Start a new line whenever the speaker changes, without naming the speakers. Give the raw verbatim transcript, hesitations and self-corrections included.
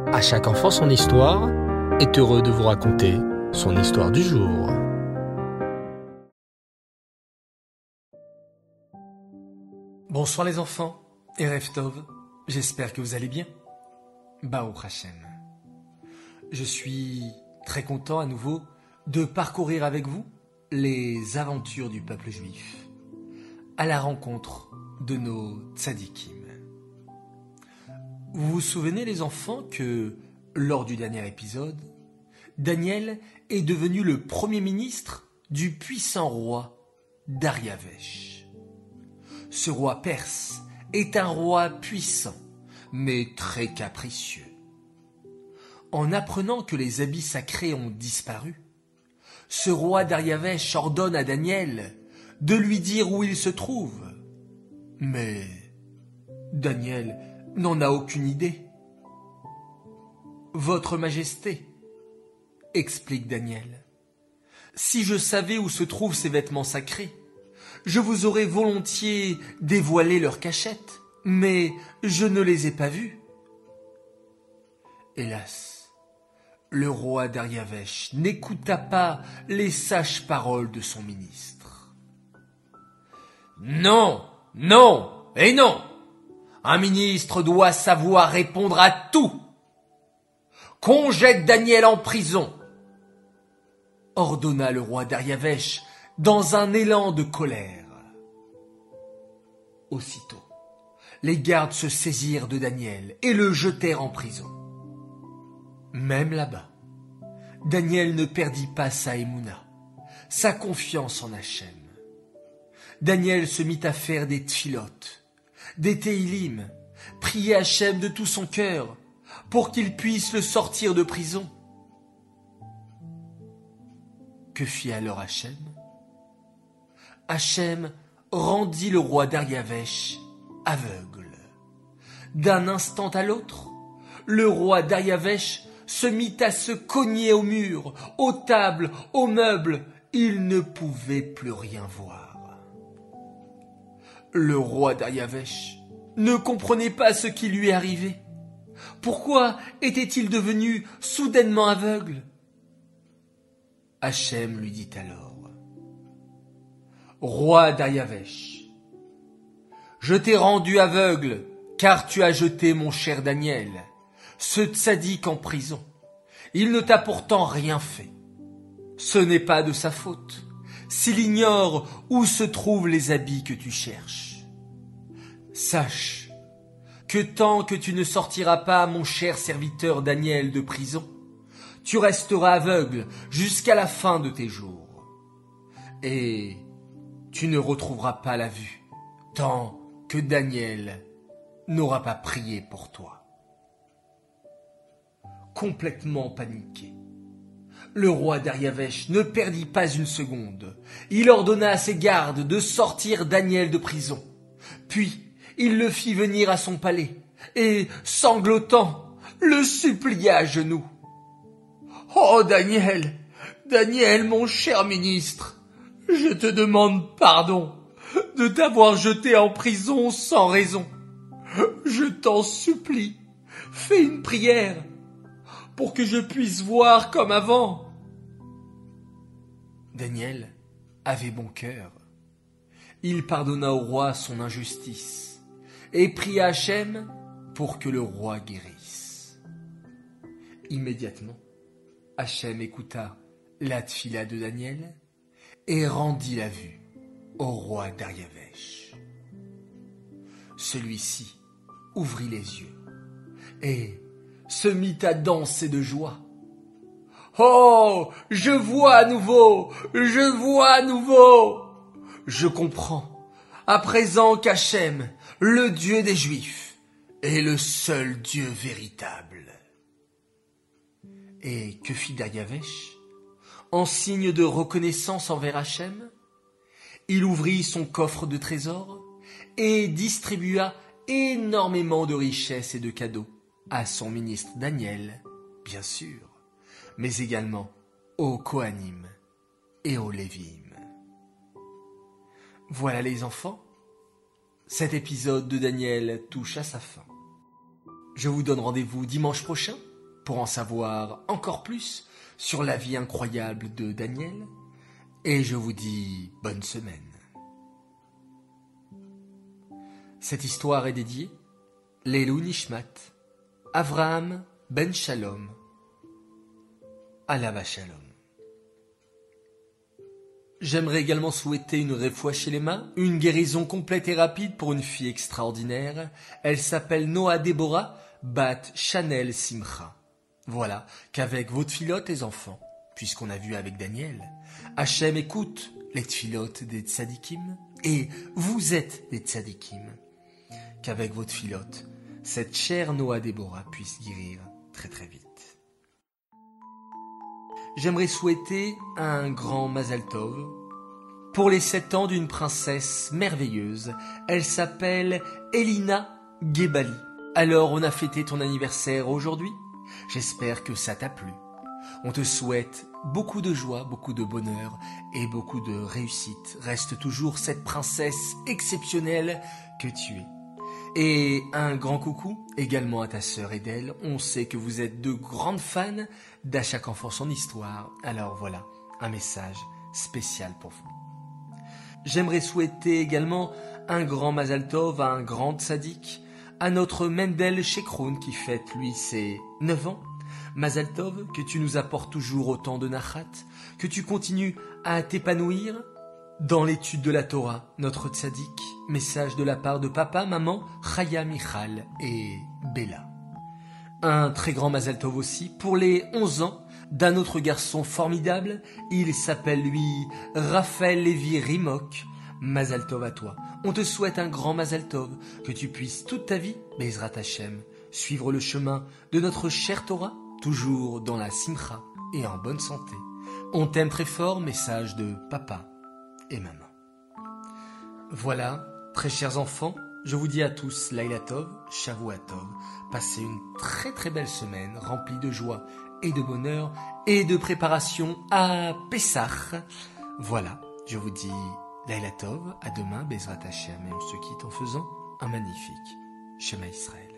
À chaque enfant son histoire est heureux de vous raconter son histoire du jour.
Bonsoir les enfants et Rev Tov, j'espère que vous allez bien. Baruch Hashem. Je suis très content à nouveau de parcourir avec vous les aventures du peuple juif à la rencontre de nos tzadikim. Vous vous souvenez les enfants que lors du dernier épisode, Daniel est devenu le premier ministre du puissant roi Dariavesh. Ce roi perse est un roi puissant, mais très capricieux. En apprenant que les habits sacrés ont disparu, ce roi Dariavesh ordonne à Daniel de lui dire où il se trouve. Mais Daniel n'en a aucune idée. « Votre Majesté, » explique Daniel, « si je savais où se trouvent ces vêtements sacrés, je vous aurais volontiers dévoilé leur cachette, mais je ne les ai pas vus. » Hélas, le roi Dariavesh n'écouta pas les sages paroles de son ministre. « Non, non et non! Un ministre doit savoir répondre à tout. Qu'on jette Daniel en prison, » ordonna le roi Dariavesh dans un élan de colère. Aussitôt, les gardes se saisirent de Daniel et le jetèrent en prison. Même là-bas, Daniel ne perdit pas sa émouna, sa confiance en Hachem. Daniel se mit à faire des tfilotes, des téhilim, prier Hachem de tout son cœur pour qu'il puisse le sortir de prison. Que fit alors Hachem? Hachem rendit le roi Dariavesh aveugle. D'un instant à l'autre, le roi Dariavesh se mit à se cogner au mur, aux tables, aux meubles. Il ne pouvait plus rien voir. Le roi Dariavesh ne comprenait pas ce qui lui arrivait. Pourquoi était-il devenu soudainement aveugle? Hachem lui dit alors: « Roi Dariavesh, je t'ai rendu aveugle car tu as jeté mon cher Daniel, ce tzaddik en prison. Il ne t'a pourtant rien fait. Ce n'est pas de sa faute s'il ignore où se trouvent les habits que tu cherches. Sache que tant que tu ne sortiras pas mon cher serviteur Daniel de prison, tu resteras aveugle jusqu'à la fin de tes jours. Et tu ne retrouveras pas la vue tant que Daniel n'aura pas prié pour toi. » Complètement paniqué, le roi Dariavesh ne perdit pas une seconde. Il ordonna à ses gardes de sortir Daniel de prison. Puis, il le fit venir à son palais et, sanglotant, le supplia à genoux. « Oh Daniel, Daniel, mon cher ministre, je te demande pardon de t'avoir jeté en prison sans raison. Je t'en supplie, fais une prière pour que je puisse voir comme avant. » Daniel avait bon cœur. Il pardonna au roi son injustice et pria Hachem pour que le roi guérisse. Immédiatement, Hachem écouta la tfila de Daniel et rendit la vue au roi Dariavesh. Celui-ci ouvrit les yeux et se mit à danser de joie. « Oh, je vois à nouveau, je vois à nouveau. Je comprends à présent qu'Hachem, le Dieu des Juifs, est le seul Dieu véritable. » Et que fit Dariavesh? En signe de reconnaissance envers Hachem, il ouvrit son coffre de trésors et distribua énormément de richesses et de cadeaux à son ministre Daniel, bien sûr, mais également aux Kohanim et aux Lévim. Voilà les enfants, cet épisode de Daniel touche à sa fin. Je vous donne rendez-vous dimanche prochain pour en savoir encore plus sur la vie incroyable de Daniel, et je vous dis bonne semaine. Cette histoire est dédiée Leilou Nishmat, Avraham Ben Shalom, Alav Shalom. J'aimerais également souhaiter une réfoua shelema, une guérison complète et rapide pour une fille extraordinaire. Elle s'appelle Noah Deborah Bat Chanel Simcha. Voilà qu'avec vos tfilotes les enfants, puisqu'on a vu avec Daniel, Hachem écoute les tfilotes des tzadikim, et vous êtes des tzadikim. Qu'avec vos tfilotes, cette chère Noah Deborah puisse guérir très très vite. J'aimerais souhaiter un grand Mazal Tov pour les sept ans d'une princesse merveilleuse. Elle s'appelle Elina Gebali. Alors on a fêté ton anniversaire aujourd'hui. J'espère que ça t'a plu. On te souhaite beaucoup de joie, beaucoup de bonheur et beaucoup de réussite. Reste toujours cette princesse exceptionnelle que tu es. Et un grand coucou également à ta sœur Edel. On sait que vous êtes de grandes fans d'À chaque enfant son histoire. Alors voilà, un message spécial pour vous. J'aimerais souhaiter également un grand Mazal Tov à un grand tzaddik, à notre Mendel Shekroun qui fête lui ses neuf ans. Mazal Tov, que tu nous apportes toujours autant de nachat, que tu continues à t'épanouir dans l'étude de la Torah, notre tzaddik. Message de la part de papa, maman, Chaya, Michal et Bella. Un très grand Mazal Tov aussi pour les onze ans d'un autre garçon formidable. Il s'appelle lui Raphaël Lévy Rimok. Mazal Tov à toi. On te souhaite un grand Mazal Tov, que tu puisses toute ta vie, Bezrat Hashem, suivre le chemin de notre chère Torah, toujours dans la simcha et en bonne santé. On t'aime très fort, message de papa et maman. Voilà, très chers enfants, je vous dis à tous Laila Tov, Shavua Tov. Passez une très très belle semaine remplie de joie et de bonheur et de préparation à Pessah. Voilà, je vous dis Laila Tov, à demain, Bezrat Hashem, et on se quitte en faisant un magnifique Shema Israël.